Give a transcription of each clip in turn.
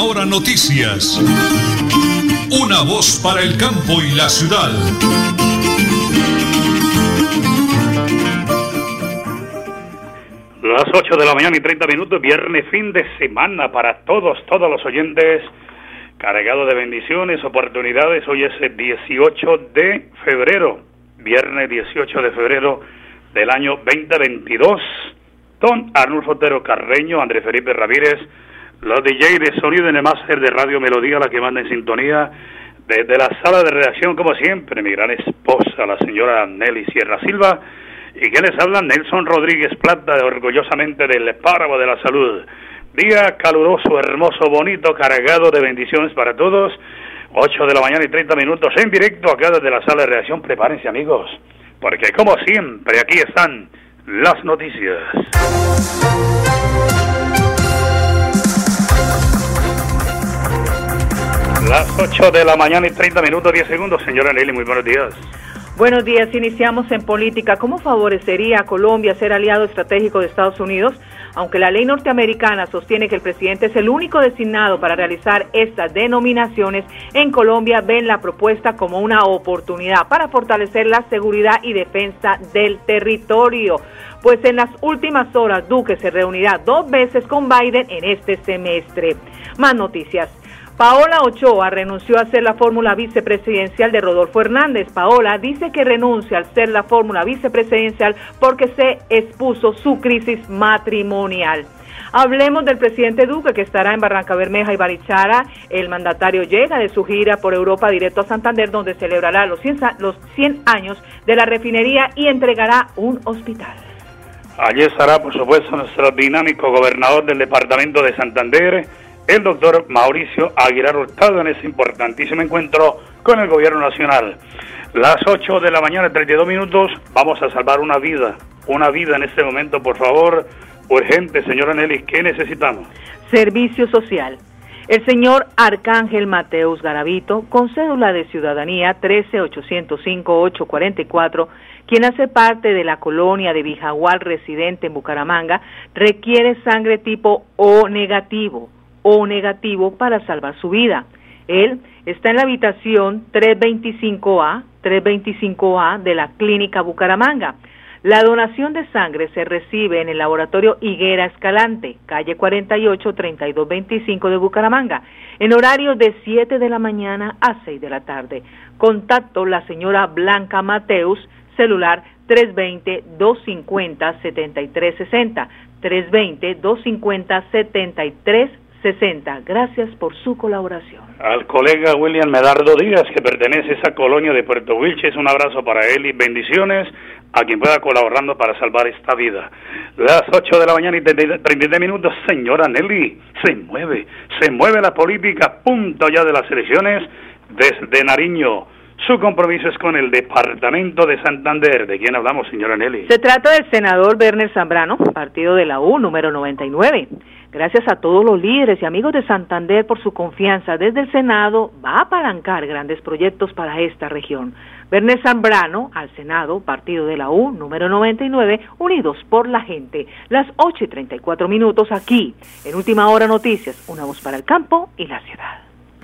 Hora Noticias. Una voz para el campo y la ciudad. Las 8 de la mañana y 30 minutos, viernes, fin de semana para todos los oyentes, cargado de bendiciones, oportunidades. Hoy es el 18 de febrero, viernes 18 de febrero del año 2022. Don Arnulfo Otero Carreño, Andrés Felipe Ramírez, los DJ de sonido en el máster de Radio Melodía, la que manda en sintonía desde la sala de redacción, como siempre, mi gran esposa, la señora Nelly Sierra Silva, y que les habla Nelson Rodríguez Plata, orgullosamente del Páramo de la Salud. Día caluroso, hermoso, bonito, cargado de bendiciones para todos. 8 de la mañana y 30 minutos en directo acá desde la sala de redacción. Prepárense, amigos, porque como siempre aquí están las noticias. Las 8 de la mañana y 30 minutos, 10 segundos. Señora Nelly, muy buenos días. Buenos días, iniciamos en política. ¿Cómo favorecería a Colombia ser aliado estratégico de Estados Unidos? Aunque la ley norteamericana sostiene que el presidente es el único designado para realizar estas denominaciones, en Colombia ven la propuesta como una oportunidad para fortalecer la seguridad y defensa del territorio. Pues en las últimas horas, Duque se reunirá 2 veces con Biden en este semestre. Más noticias. Paola Ochoa renunció a ser la fórmula vicepresidencial de Rodolfo Hernández. Paola dice que renuncia al ser la fórmula vicepresidencial porque se expuso su crisis matrimonial. Hablemos del presidente Duque, que estará en Barrancabermeja y Barichara. El mandatario llega de su gira por Europa directo a Santander, donde celebrará los 100 años de la refinería y entregará un hospital. Allí estará, por supuesto, nuestro dinámico gobernador del departamento de Santander, el doctor Mauricio Aguilar Hurtado, en ese importantísimo encuentro con el gobierno nacional. Las 8 de la mañana, 32 minutos, vamos a salvar una vida en este momento, por favor, urgente, señora Nelly, ¿qué necesitamos? Servicio social. El señor Arcángel Mateus Garavito, con cédula de ciudadanía 13-805-844, quien hace parte de la colonia de Vijagual, residente en Bucaramanga, requiere sangre tipo O negativo para salvar su vida. Él está en la habitación 325A de la Clínica Bucaramanga. La donación de sangre se recibe en el laboratorio Higuera Escalante, calle 48, 3225 de Bucaramanga, en horario de 7 de la mañana a 6 de la tarde. Contacto la señora Blanca Mateus, celular 320-250-7360, 320-250-7360. Gracias por su colaboración. Al colega William Medardo Díaz, que pertenece a esa colonia de Puerto Wilches, un abrazo para él y bendiciones a quien pueda colaborando para salvar esta vida. Las 8 de la mañana y 33 minutos, señora Nelly, se mueve la política, punto ya de las elecciones desde Nariño. Su compromiso es con el departamento de Santander. ¿De quién hablamos, señora Nelly? Se trata del senador Werner Zambrano, partido de la U, número 99. Gracias a todos los líderes y amigos de Santander por su confianza. Desde el Senado va a apalancar grandes proyectos para esta región. Werner Zambrano, al Senado, partido de la U, número 99, unidos por la gente. Las 8:34 minutos aquí, en Última Hora Noticias, una voz para el campo y la ciudad.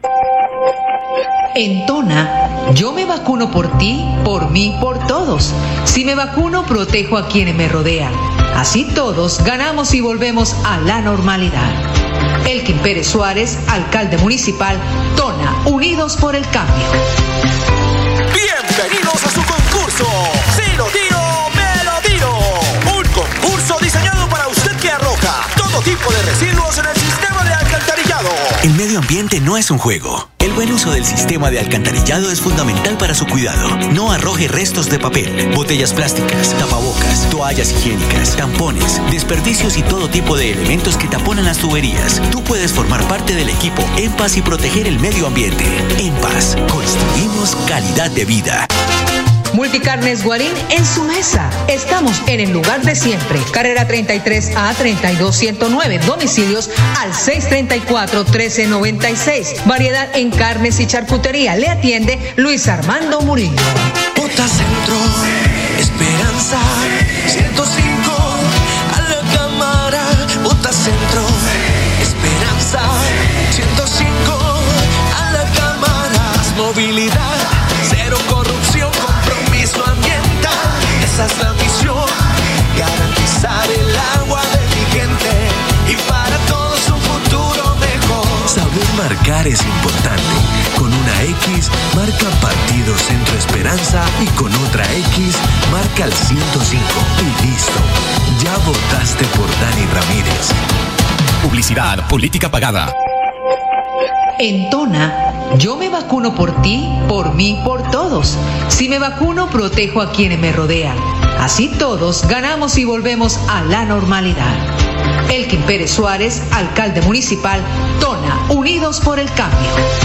En Tona, yo me vacuno por ti, por mí, por todos. Si me vacuno, protejo a quienes me rodean. Así todos ganamos y volvemos a la normalidad. Elkin Pérez Suárez, alcalde municipal, Tona, unidos por el cambio. Bienvenidos a su concurso. Si lo tiro, me lo tiro. Un concurso diseñado para usted que arroja todo tipo de residuos en el sistema de alcantarillado. El medio ambiente no es un juego. El buen uso del sistema de alcantarillado es fundamental para su cuidado. No arroje restos de papel, botellas plásticas, tapabocas, toallas higiénicas, tampones, desperdicios y todo tipo de elementos que taponan las tuberías. Tú puedes formar parte del equipo En Paz y proteger el medio ambiente. En Paz, construimos calidad de vida. Multicarnes Guarín en su mesa. Estamos en el lugar de siempre. Carrera 33A 32109. Domicilios al 634-1396. Variedad en carnes y charcutería. Le atiende Luis Armando Murillo. Bota Centro, Esperanza, 105 a la cámara. Bota Centro, Esperanza, 105. marcar es importante. Con una X, marca Partido Centro Esperanza y con otra X, marca el 105 y listo. Ya votaste por Dani Ramírez. Publicidad, política pagada. En Tona, yo me vacuno por ti, por mí, por todos. Si me vacuno, protejo a quienes me rodean. Así todos ganamos y volvemos a la normalidad. Elkin Pérez Suárez, alcalde municipal, Tona, unidos por el cambio.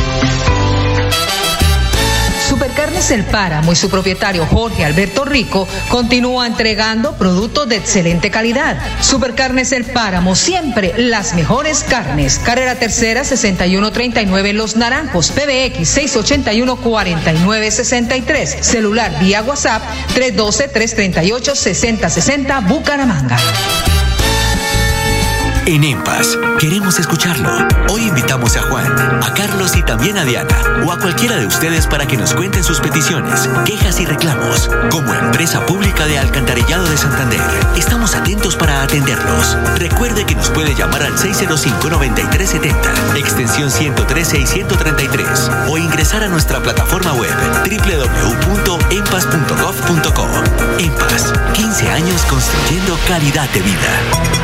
Supercarnes El Páramo y su propietario Jorge Alberto Rico continúa entregando productos de excelente calidad. Supercarnes El Páramo, siempre las mejores carnes. Carrera Tercera 6139 Los Naranjos, PBX 681-4963. Celular vía WhatsApp 312-338-6060 Bucaramanga. En EMPAS, queremos escucharlo. Hoy invitamos a Juan, a Carlos y también a Diana, o a cualquiera de ustedes para que nos cuenten sus peticiones, quejas y reclamos. Como empresa pública de Alcantarillado de Santander, estamos atentos para atenderlos. Recuerde que nos puede llamar al 605-9370, extensión 113 y 133, o ingresar a nuestra plataforma web www.empas.gov.co. EMPAS, 15 años construyendo calidad de vida.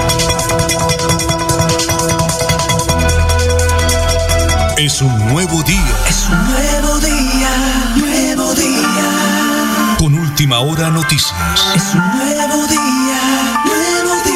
Es un nuevo día. Es un nuevo día, nuevo día. Con Última Hora Noticias. Es un nuevo día, nuevo día.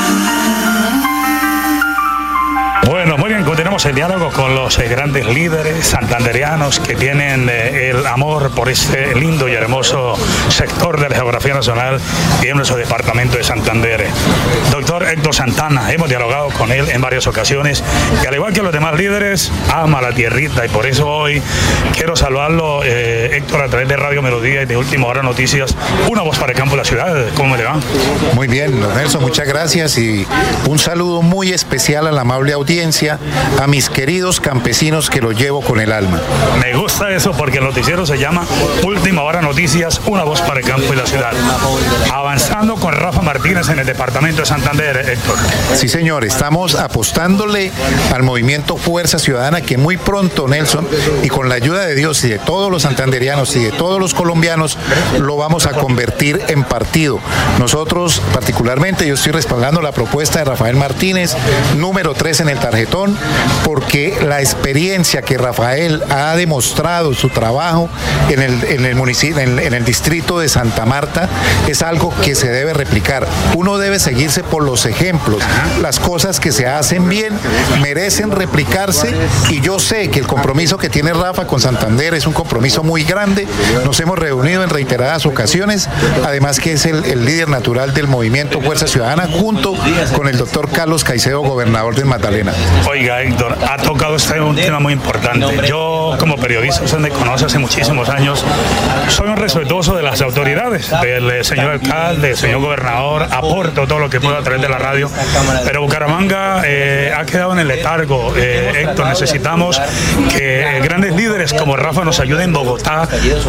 Bueno, muy bien, continuamos el diálogo con los grandes líderes santanderianos que tienen el amor por este lindo y hermoso sector de la geografía nacional y en nuestro departamento de Santander. Doctor Héctor Santana, hemos dialogado con él en varias ocasiones y al igual que los demás líderes, ama la tierrita y por eso hoy quiero saludarlo, Héctor, a través de Radio Melodía y de Última Hora Noticias, una voz para el campo de la ciudad. ¿Cómo le va? Muy bien, don Nelson, muchas gracias y un saludo muy especial a la amable audiencia, a mis queridos campesinos que los llevo con el alma. Me gusta eso porque el noticiero se llama Última Hora Noticias, una voz para el campo y la ciudad. Avanzando con Rafa Martínez en el departamento de Santander, Héctor. Sí, señor, estamos apostándole al movimiento Fuerza Ciudadana que muy pronto, Nelson, y con la ayuda de Dios y de todos los santanderianos y de todos los colombianos, lo vamos a convertir en partido. Nosotros, particularmente, yo estoy respaldando la propuesta de Rafael Martínez, número 3 en el tarjetón, porque la experiencia que Rafael ha demostrado, su trabajo en el municipio, en el distrito de Santa Marta, es algo que se debe replicar. Uno debe seguirse por los ejemplos. Las cosas que se hacen bien merecen replicarse y yo sé que el compromiso que tiene Rafa con Santander es un compromiso muy grande. Nos hemos reunido en reiteradas ocasiones, además que es el líder natural del movimiento Fuerza Ciudadana junto con el doctor Carlos Caicedo, gobernador del Magdalena. Oiga, Héctor, ha tocado un tema muy importante. Yo, como periodista, usted me conoce hace muchísimos años, soy un respetuoso de las autoridades, del señor alcalde, del señor gobernador, aporto todo lo que puedo a través de la radio, pero Bucaramanga ha quedado en el letargo. Héctor, necesitamos que grandes líderes como Rafa nos ayuden en Bogotá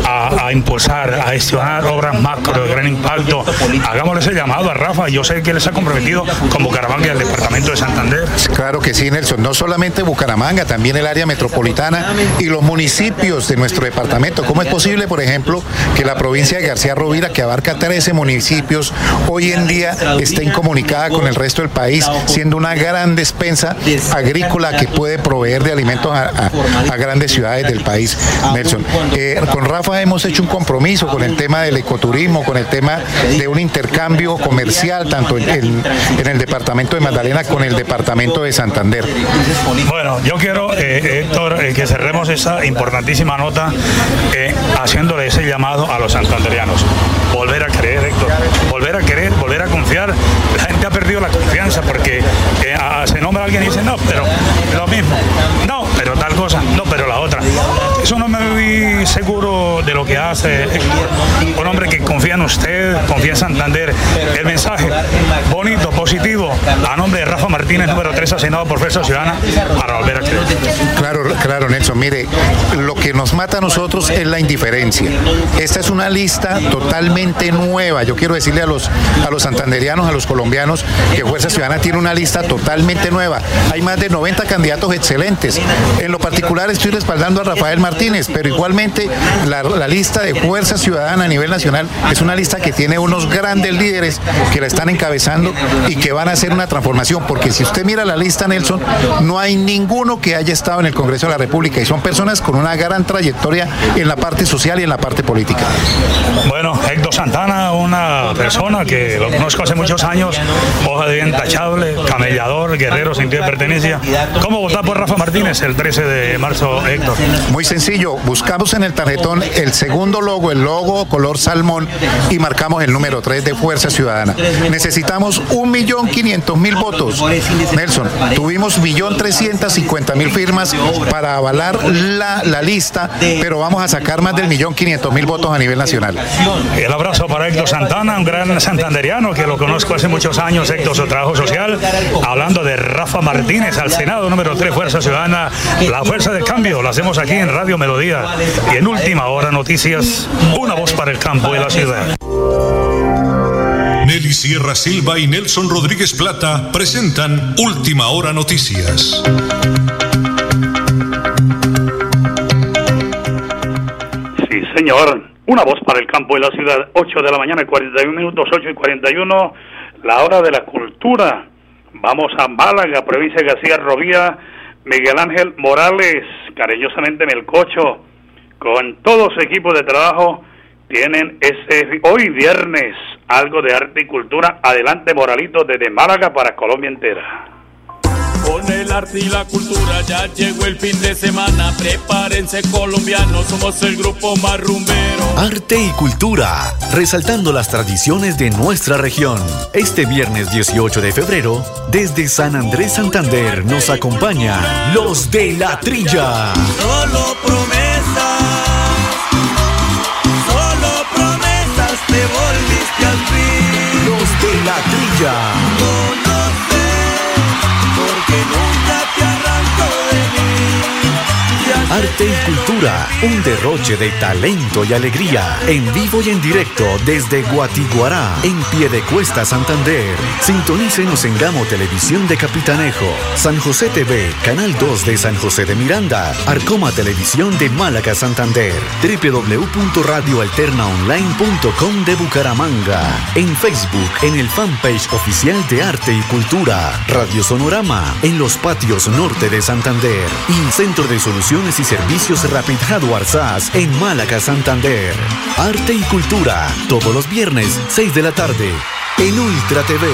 a impulsar, a gestionar obras macro de gran impacto. Hagámosle ese llamado a Rafa, yo sé que él se ha comprometido con Bucaramanga y el departamento de Santander. Claro que sí, Nelson, no solamente Bucaramanga, también el área metropolitana y los municipios de nuestro departamento. ¿Cómo es posible, por ejemplo, que la provincia de García Rovira, que abarca 13 municipios, hoy en día esté incomunicada con el resto del país, siendo una gran despensa agrícola que puede proveer de alimentos a grandes ciudades del país, Nelson? Con Rafa hemos hecho un compromiso con el tema del ecoturismo, con el tema de un intercambio comercial, tanto en el departamento de Magdalena con el departamento de Santander. Bueno, yo quiero, Héctor, que cerremos esa importantísima nota haciéndole ese llamado a los santanderianos. Volver a creer, Héctor, volver a querer, volver a confiar. La gente ha perdido la confianza porque se nombra a alguien y dice, no, pero lo mismo, no, pero tal cosa, no, pero la otra. Es un hombre muy seguro de lo que hace, un hombre que confía en usted, confía en Santander. El mensaje bonito, positivo, a nombre de Rafa Martínez, número 3, asignado por Fuerza Ciudadana, para volver a creer. Claro, Nelson, mire, lo que nos mata a nosotros es la indiferencia. Esta es una lista totalmente nueva. Yo quiero decirle a los santanderianos, a los colombianos, que Fuerza Ciudadana tiene una lista totalmente nueva. Hay más de 90 candidatos excelentes. En lo particular estoy respaldando a Rafael Martínez, pero igualmente la lista de Fuerza Ciudadana a nivel nacional es una lista que tiene unos grandes líderes que la están encabezando y que van a hacer una transformación, porque si usted mira la lista, Nelson, no hay ninguno que haya estado en el Congreso de la República y son personas con una gran trayectoria en la parte social y en la parte política. Bueno, Héctor Santana, una persona que lo conozco hace muchos años, hoja de vida intachable, camellador, guerrero, sentido de pertenencia. ¿Cómo votar por Rafa Martínez el 13 de marzo, Héctor? Muy sencillo, buscamos en el tarjetón el segundo logo, el logo color salmón, y marcamos el número 3 de Fuerza Ciudadana. Necesitamos 1.500.000 votos. Nelson, tuvimos 1.350.000 firmas para avalar la lista, pero vamos a sacar más del 1.500.000 votos a nivel nacional. El abrazo para Héctor Santana, un gran santanderiano que lo conozco hace muchos años, Héctor, su trabajo social. Hablando de Rafa Martínez al Senado, número 3, Fuerza Ciudadana, la fuerza del cambio. Lo hacemos aquí en Radio Melodía y en Última Hora Noticias, una voz para el campo y la ciudad. Nelly Sierra Silva y Nelson Rodríguez Plata presentan Última Hora Noticias. Sí, señor. Una voz para el campo y la ciudad. 8 de la mañana, 41 minutos, 8:41, la hora de la cultura. Vamos a Málaga, provincia de García Rovira. Miguel Ángel Morales, cariñosamente Melcocho, con todo su equipo de trabajo, tienen hoy viernes algo de arte y cultura. Adelante, Moralito, desde Málaga para Colombia entera. Con el arte y la cultura ya llegó el fin de semana. Prepárense, colombianos, somos el grupo más rumbero. Arte y cultura, resaltando las tradiciones de nuestra región. Este viernes 18 de febrero, desde San Andrés Santander, nos acompaña Los de la Trilla. Solo promesas, te volviste al fin. Los de la Trilla. Nunca te arranco de mí. Arte y cultura, un derroche de talento y alegría, en vivo y en directo desde Guatiguará, en Piedecuesta, Santander. Sintonícenos en Gamo Televisión de Capitanejo, San José TV, Canal 2 de San José de Miranda, Arcoma Televisión de Málaga, Santander, www.radioalternaonline.com de Bucaramanga, en Facebook, en el fanpage oficial de Arte y Cultura, Radio Sonorama, en los patios norte de Santander, y Centro de Soluciones y Servicios Rapid Hardware SAS en Málaga, Santander. Arte y cultura, todos los viernes, 6 de la tarde, en Ultra TV.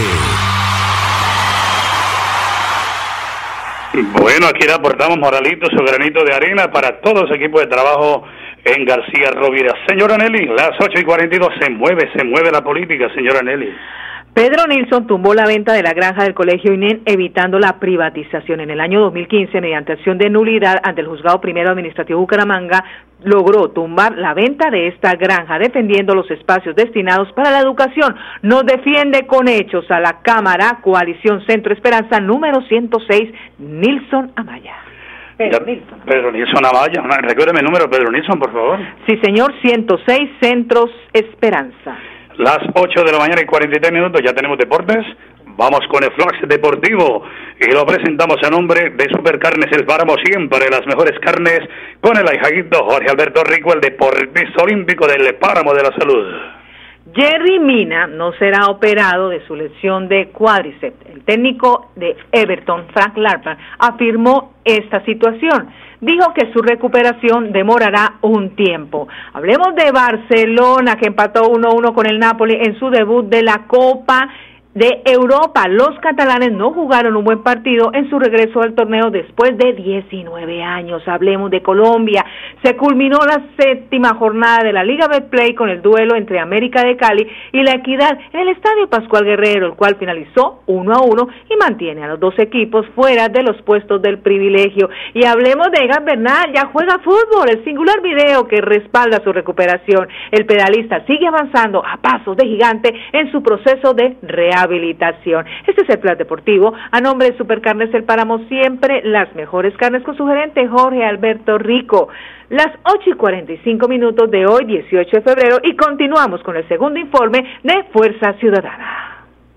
Bueno, aquí le aportamos, Moralito, su granito de arena para todo su equipo de trabajo en García Rovira. Señora Nelly, las 8:42, se mueve la política, señora Nelly. Pedro Nilsson tumbó la venta de la granja del Colegio INEN, evitando la privatización. En el año 2015, mediante acción de nulidad ante el Juzgado Primero Administrativo Bucaramanga, logró tumbar la venta de esta granja, defendiendo los espacios destinados para la educación. Nos defiende con hechos a la Cámara Coalición Centro Esperanza número 106, Nilsson Amaya. Pedro Nilsson Amaya, recuérdeme el número, Pedro Nilsson, por favor. Sí, señor, 106 Centros Esperanza. Las 8 de la mañana y 43 minutos, ya tenemos deportes. Vamos con el Flash Deportivo y lo presentamos a nombre de Supercarnes El Páramo, siempre las mejores carnes, con el ahijaguito Jorge Alberto Rico, el deportista olímpico del Páramo de la Salud. Jerry Mina no será operado de su lesión de cuádriceps. El técnico de Everton, Frank Lampard, afirmó esta situación. Dijo que su recuperación demorará un tiempo. Hablemos de Barcelona, que empató 1-1 con el Napoli en su debut de la Copa de Europa. Los catalanes no jugaron un buen partido en su regreso al torneo después de 19 años. Hablemos de Colombia. Se culminó la 7ª jornada de la Liga Betplay con el duelo entre América de Cali y La Equidad en el Estadio Pascual Guerrero, el cual finalizó 1-1 y mantiene a los dos equipos fuera de los puestos del privilegio. Y hablemos de Egan Bernal, ya juega fútbol, el singular video que respalda su recuperación. El pedalista sigue avanzando a pasos de gigante en su proceso de rehabilitación. Este es el Plan Deportivo. A nombre de Supercarnes El Páramo, siempre las mejores carnes, con su gerente Jorge Alberto Rico. Las 8:45 de hoy, 18 de febrero, y continuamos con el segundo informe de Fuerza Ciudadana.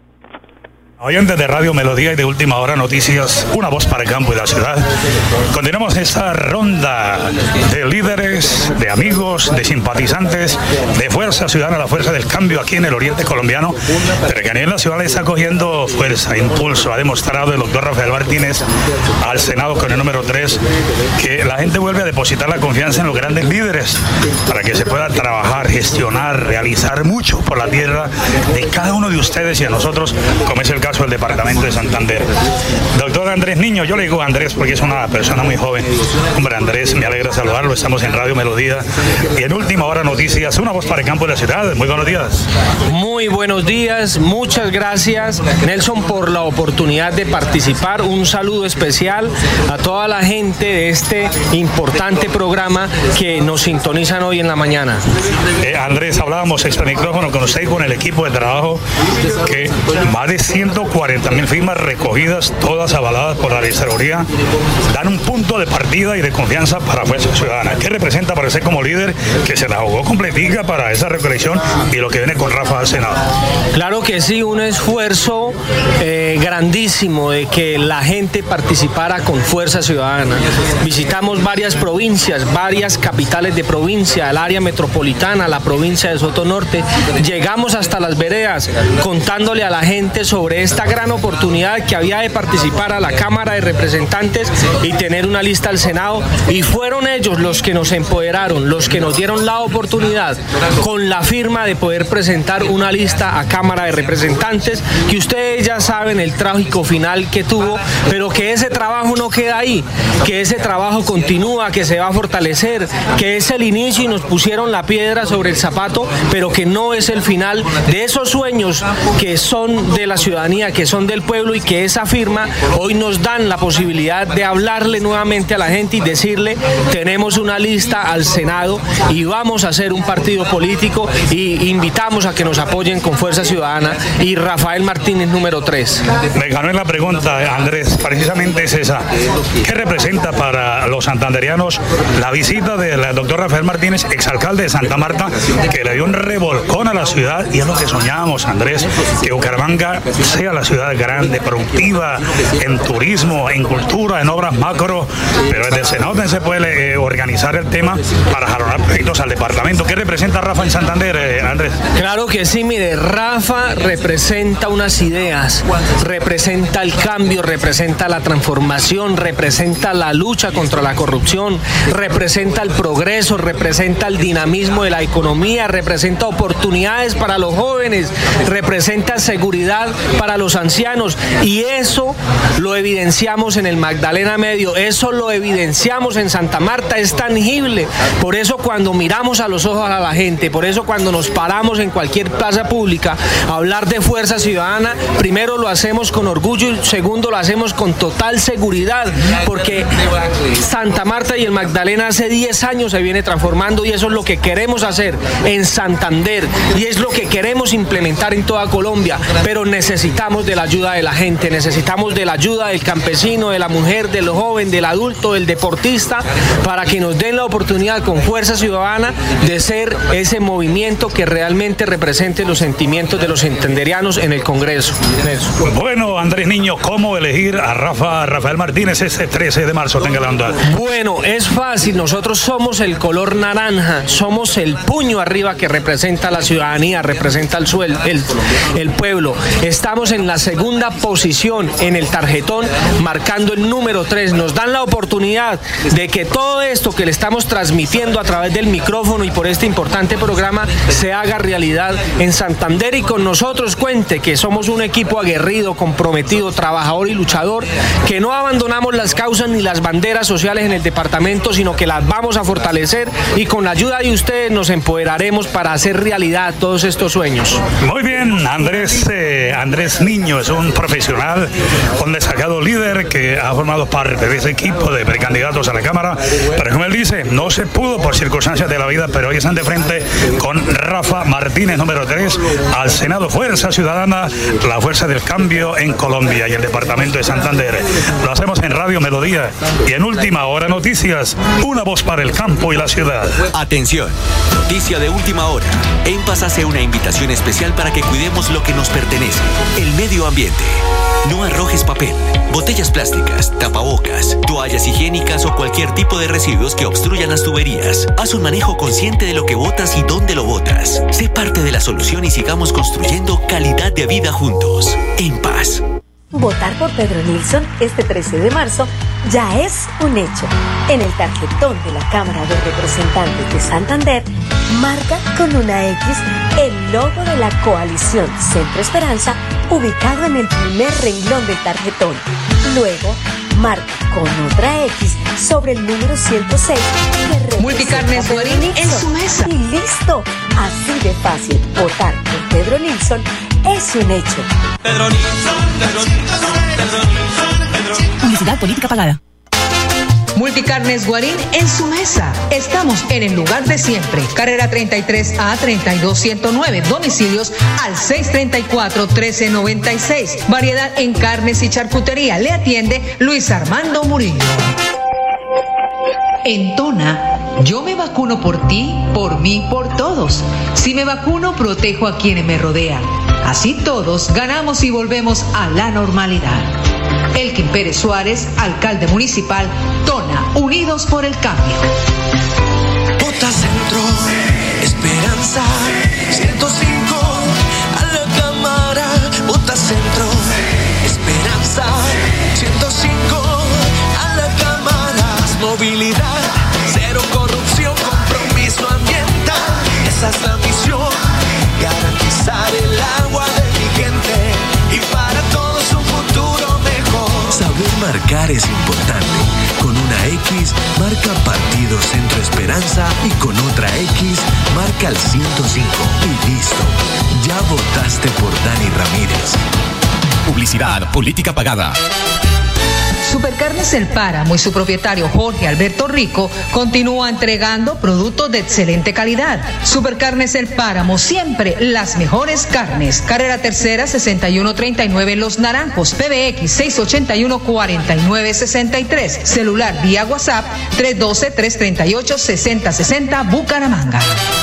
Oyentes de Radio Melodía y de Última Hora Noticias, una voz para el campo y la ciudad. Continuamos esta ronda de líderes, de amigos, de simpatizantes de Fuerza Ciudadana, la Fuerza del Cambio aquí en el oriente colombiano, pero que a nivel nacional está cogiendo fuerza, impulso. Ha demostrado el doctor Rafael Martínez al Senado con el número 3 que la gente vuelve a depositar la confianza en los grandes líderes para que se pueda trabajar, gestionar, realizar mucho por la tierra de cada uno de ustedes y de nosotros, como es el caso del departamento de Santander. Doctor Andrés Niño, yo le digo Andrés porque es una persona muy joven. Hombre, Andrés, me alegra saludarlo. Estamos en Radio Melodía y en Última Hora Noticias, una voz para el campo de la ciudad. Muy buenos días. Muy buenos días, muchas gracias, Nelson, por la oportunidad de participar. Un saludo especial a toda la gente de este importante programa que nos sintonizan hoy en la mañana. Andrés, hablábamos extra micrófono con usted y con el equipo de trabajo que más de 140.000 firmas recogidas, todas avaladas por la Registraduría, dan un punto de partida y de confianza para Fuerza Ciudadana. ¿Qué representa para usted como líder que se la jugó completica para esa recolección y lo que viene con Rafa al Senado? Claro que sí, un esfuerzo grandísimo de que la gente participara con Fuerza Ciudadana. Visitamos varias provincias, varias capitales de provincia, el área metropolitana, la provincia de Sotonorte. Llegamos hasta las veredas contándole a la gente sobre esta gran oportunidad que había de participar a la Cámara de Representantes y tener una lista al Senado, y fueron ellos los que nos empoderaron, los que nos dieron la oportunidad con la firma de poder presentar una lista a Cámara de Representantes, que ustedes ya saben el trágico final que tuvo, pero que ese trabajo no queda ahí, que ese trabajo continúa, que se va a fortalecer, que es el inicio y nos pusieron la piedra sobre el zapato, pero que no es el final de esos sueños que son de la ciudadanía, que son del pueblo, y que esa firma hoy nos dan la posibilidad de hablarle nuevamente a la gente y decirle: tenemos una lista al Senado y vamos a hacer un partido político, y invitamos a que nos apoyen con Fuerza Ciudadana y Rafael Martínez número 3. Me ganó en la pregunta, Andrés, precisamente es esa. ¿Qué representa para los santanderianos la visita del doctor Rafael Martínez, exalcalde de Santa Marta, que le dio un revolcón a la ciudad? Y es lo que soñábamos, Andrés, que Bucaramanga sea la ciudad grande, productiva, en turismo, en cultura, en obras macro, pero desde el Senado también se puede organizar el tema para jalonar proyectos al departamento. ¿Qué representa Rafa en Santander, Andrés? Claro que sí, mire, Rafa representa unas ideas, representa el cambio, representa la transformación, representa la lucha contra la corrupción, representa el progreso, representa el dinamismo de la economía, representa oportunidades para los jóvenes, representa seguridad para los ancianos, y eso lo evidenciamos en el Magdalena Medio, eso lo evidenciamos en Santa Marta, es tangible. Por eso cuando miramos a los ojos a la gente, por eso cuando nos paramos en cualquier plaza pública a hablar de Fuerza Ciudadana, primero lo hacemos con orgullo y segundo lo hacemos con total seguridad, porque Santa Marta y el Magdalena hace 10 años se viene transformando, y eso es lo que queremos hacer en Santander y es lo que queremos implementar en toda Colombia, pero necesitamos de la ayuda de la gente, necesitamos de la ayuda del campesino, de la mujer, del joven, del adulto, del deportista, para que nos den la oportunidad con Fuerza Ciudadana de ser ese movimiento que realmente represente los sentimientos de los santanderianos en el Congreso. Bueno, Andrés Niño, ¿cómo elegir a Rafael Martínez ese 13 de marzo? Tenga la onda. Bueno, es fácil, nosotros somos el color naranja, somos el puño arriba que representa la ciudadanía, representa el pueblo. Estamos estamos en la segunda posición en el tarjetón, marcando el número 3. Nos dan la oportunidad de que todo esto que le estamos transmitiendo a través del micrófono y por este importante programa se haga realidad en Santander, y con nosotros cuente que somos un equipo aguerrido, comprometido, trabajador y luchador, que no abandonamos las causas ni las banderas sociales en el departamento, sino que las vamos a fortalecer, y con la ayuda de ustedes nos empoderaremos para hacer realidad todos estos sueños. Muy bien, Andrés Niño es un profesional, un destacado líder que ha formado parte de ese equipo de precandidatos a la Cámara, pero como él dice, no se pudo por circunstancias de la vida, pero hoy están de frente con Rafa Martínez, número 3, al Senado. Fuerza Ciudadana, la fuerza del cambio en Colombia y el departamento de Santander. Lo hacemos en Radio Melodía y en Última Hora Noticias, una voz para el campo y la ciudad. Atención, noticia de última hora. EMPAS hace una invitación especial para que cuidemos lo que nos pertenece, el medio ambiente. No arrojes papel, botellas plásticas, tapabocas, toallas higiénicas o cualquier tipo de residuos que obstruyan las tuberías. Haz un manejo consciente de lo que botas y dónde lo botas. Sé parte de la solución y sigamos construyendo calidad de vida juntos. EMPAS. Votar por Pedro Nilsson este 13 de marzo ya es un hecho. En el tarjetón de la Cámara de Representantes de Santander, marca con una X el logo de la coalición Centro Esperanza, ubicado en el primer renglón del tarjetón. Luego, marca con otra X sobre el número 106 que Multicarnes Guarín en su mesa. Y listo. Así de fácil, votar por Pedro Nilsson es un hecho. Pedro Nilsson, Pedro Nilsson, Pedro Nilsson, Pedro Nilsson. Publicidad política pagada. Multicarnes Guarín en su mesa. Estamos en el lugar de siempre. Carrera 33A 32109. Domicilios al 634-1396. Variedad en carnes y charcutería. Le atiende Luis Armando Murillo. En Tona, yo me vacuno por ti, por mí, por todos. Si me vacuno, protejo a quienes me rodean. Así todos ganamos y volvemos a la normalidad. Elkin Pérez Suárez, alcalde municipal, Tona, unidos por el cambio. Vota Centro, Esperanza, 105, a la Cámara. Vota Centro, Esperanza, 105, a la Cámara. Más movilidad, cero corrupción, compromiso ambiental. Esa es la misión, garantizar el agua de mi gente y para todos un futuro mejor. Saber marcar es importante. Con una X, marca Partido Centro Esperanza, y con otra X, marca el 105. Y listo. Ya votaste por Dani Ramírez. Publicidad política pagada. Supercarnes El Páramo y su propietario Jorge Alberto Rico continúa entregando productos de excelente calidad. Supercarnes El Páramo, siempre las mejores carnes. Carrera Tercera 6139 Los Naranjos, PBX 681-4963. Celular vía WhatsApp 312-338-6060 Bucaramanga.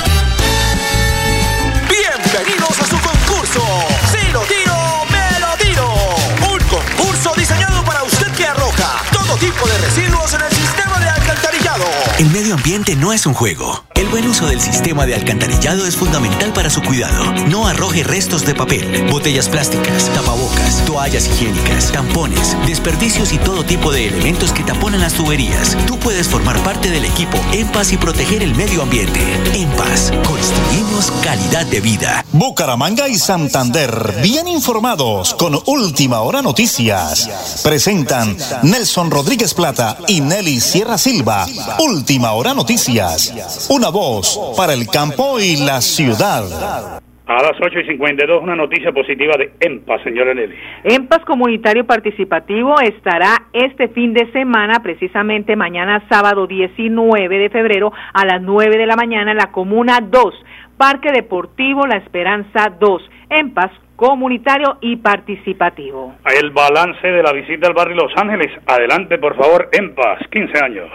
Bienvenidos a su concurso. Si lo tiro, me lo tiro. Un concurso diseñado para usted que arroja todo tipo de residuos en el sistema de alcantarillado. El medio ambiente no es un juego. El buen uso del sistema de alcantarillado es fundamental para su cuidado. No arroje restos de papel, botellas plásticas, tapabocas, toallas higiénicas, tampones, desperdicios y todo tipo de elementos que taponan las tuberías. Tú puedes formar parte del equipo EMPAS y proteger el medio ambiente. EMPAS, construimos calidad de vida. Bucaramanga y Santander, bien informados con Última Hora Noticias. Presentan Nelson Rodríguez Plata y Nelly Sierra Silva. Última Hora Noticias. Una voz para el campo y la ciudad. A las 8:52, una noticia positiva de EMPAS, señora Nelly. EMPAS Comunitario Participativo estará este fin de semana, precisamente mañana sábado 19 de febrero a las 9 de la mañana en la Comuna 2, Parque Deportivo La Esperanza 2, EMPAS Comunitario y Participativo. El balance de la visita al barrio Los Ángeles. Adelante, por favor, EMPAS, 15 años.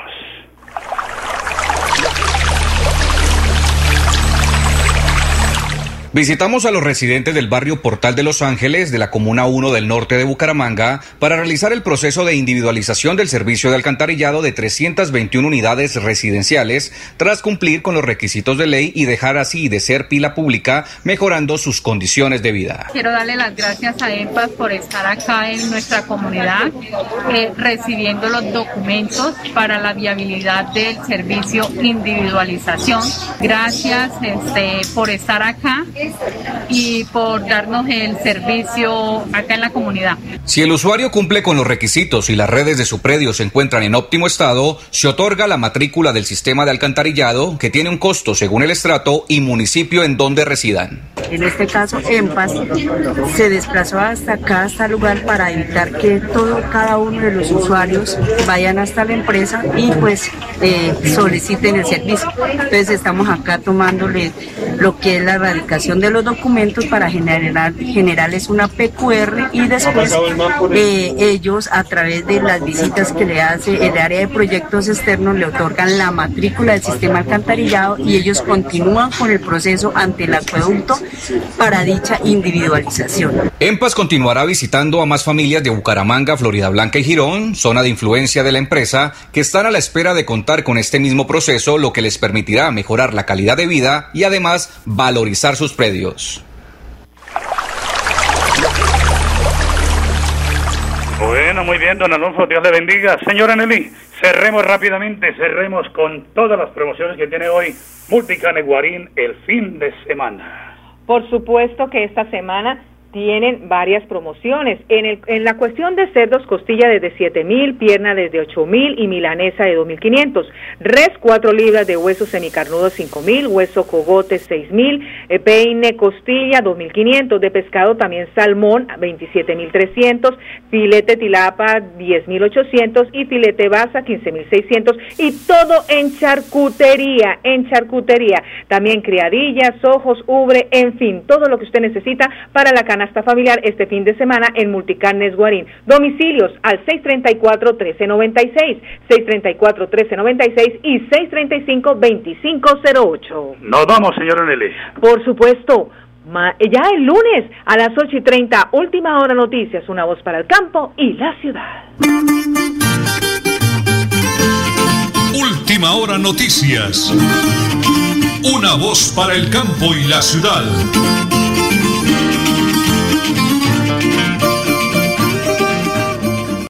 Visitamos a los residentes del barrio Portal de Los Ángeles, de la Comuna 1 del norte de Bucaramanga, para realizar el proceso de individualización del servicio de alcantarillado de 321 unidades residenciales, tras cumplir con los requisitos de ley y dejar así de ser pila pública, mejorando sus condiciones de vida. Quiero darle las gracias a EMPAS por estar acá en nuestra comunidad, recibiendo los documentos para la viabilidad del servicio individualización. Gracias por estar acá y por darnos el servicio acá en la comunidad. Si el usuario cumple con los requisitos y las redes de su predio se encuentran en óptimo estado, se otorga la matrícula del sistema de alcantarillado, que tiene un costo según el estrato y municipio en donde residan. En este caso, EMPAS se desplazó hasta acá, hasta el lugar, para evitar que cada uno de los usuarios vayan hasta la empresa y pues soliciten el servicio. Entonces estamos acá tomándole lo que es la erradicación de los documentos para generarles una PQR y después ellos, a través de las visitas que le hace el área de proyectos externos, le otorgan la matrícula del sistema alcantarillado y ellos continúan con el proceso ante el acueducto para dicha individualización. EMPAS continuará visitando a más familias de Bucaramanga, Florida Blanca y Girón, zona de influencia de la empresa, que están a la espera de contar con este mismo proceso, lo que les permitirá mejorar la calidad de vida y además valorizar sus predios. Bueno, muy bien, don Alonso, Dios le bendiga. Señora Nelly, cerremos rápidamente, con todas las promociones que tiene hoy Multicarne Guarín el fin de semana. Por supuesto que esta semana tienen varias promociones. En la cuestión de cerdos, costilla desde 7,000, pierna desde 8,000 y milanesa de 2,500. Res, 4 libras de hueso semicarnudo 5,000, hueso cogote 6,000, peine, costilla 2,500. De pescado también salmón 27,300, filete tilapa 10,800 y filete basa 15,600, y todo en charcutería. También criadillas, ojos, ubre, en fin, todo lo que usted necesita para la canasta familiar este fin de semana en Multicarnes Guarín. Domicilios al 634-1396, 634-1396 y 635-2508. Nos vamos, señora Nelly. Por supuesto, ya el lunes a las 8:30, Última Hora Noticias, una voz para el campo y la ciudad. Última Hora Noticias, una voz para el campo y la ciudad.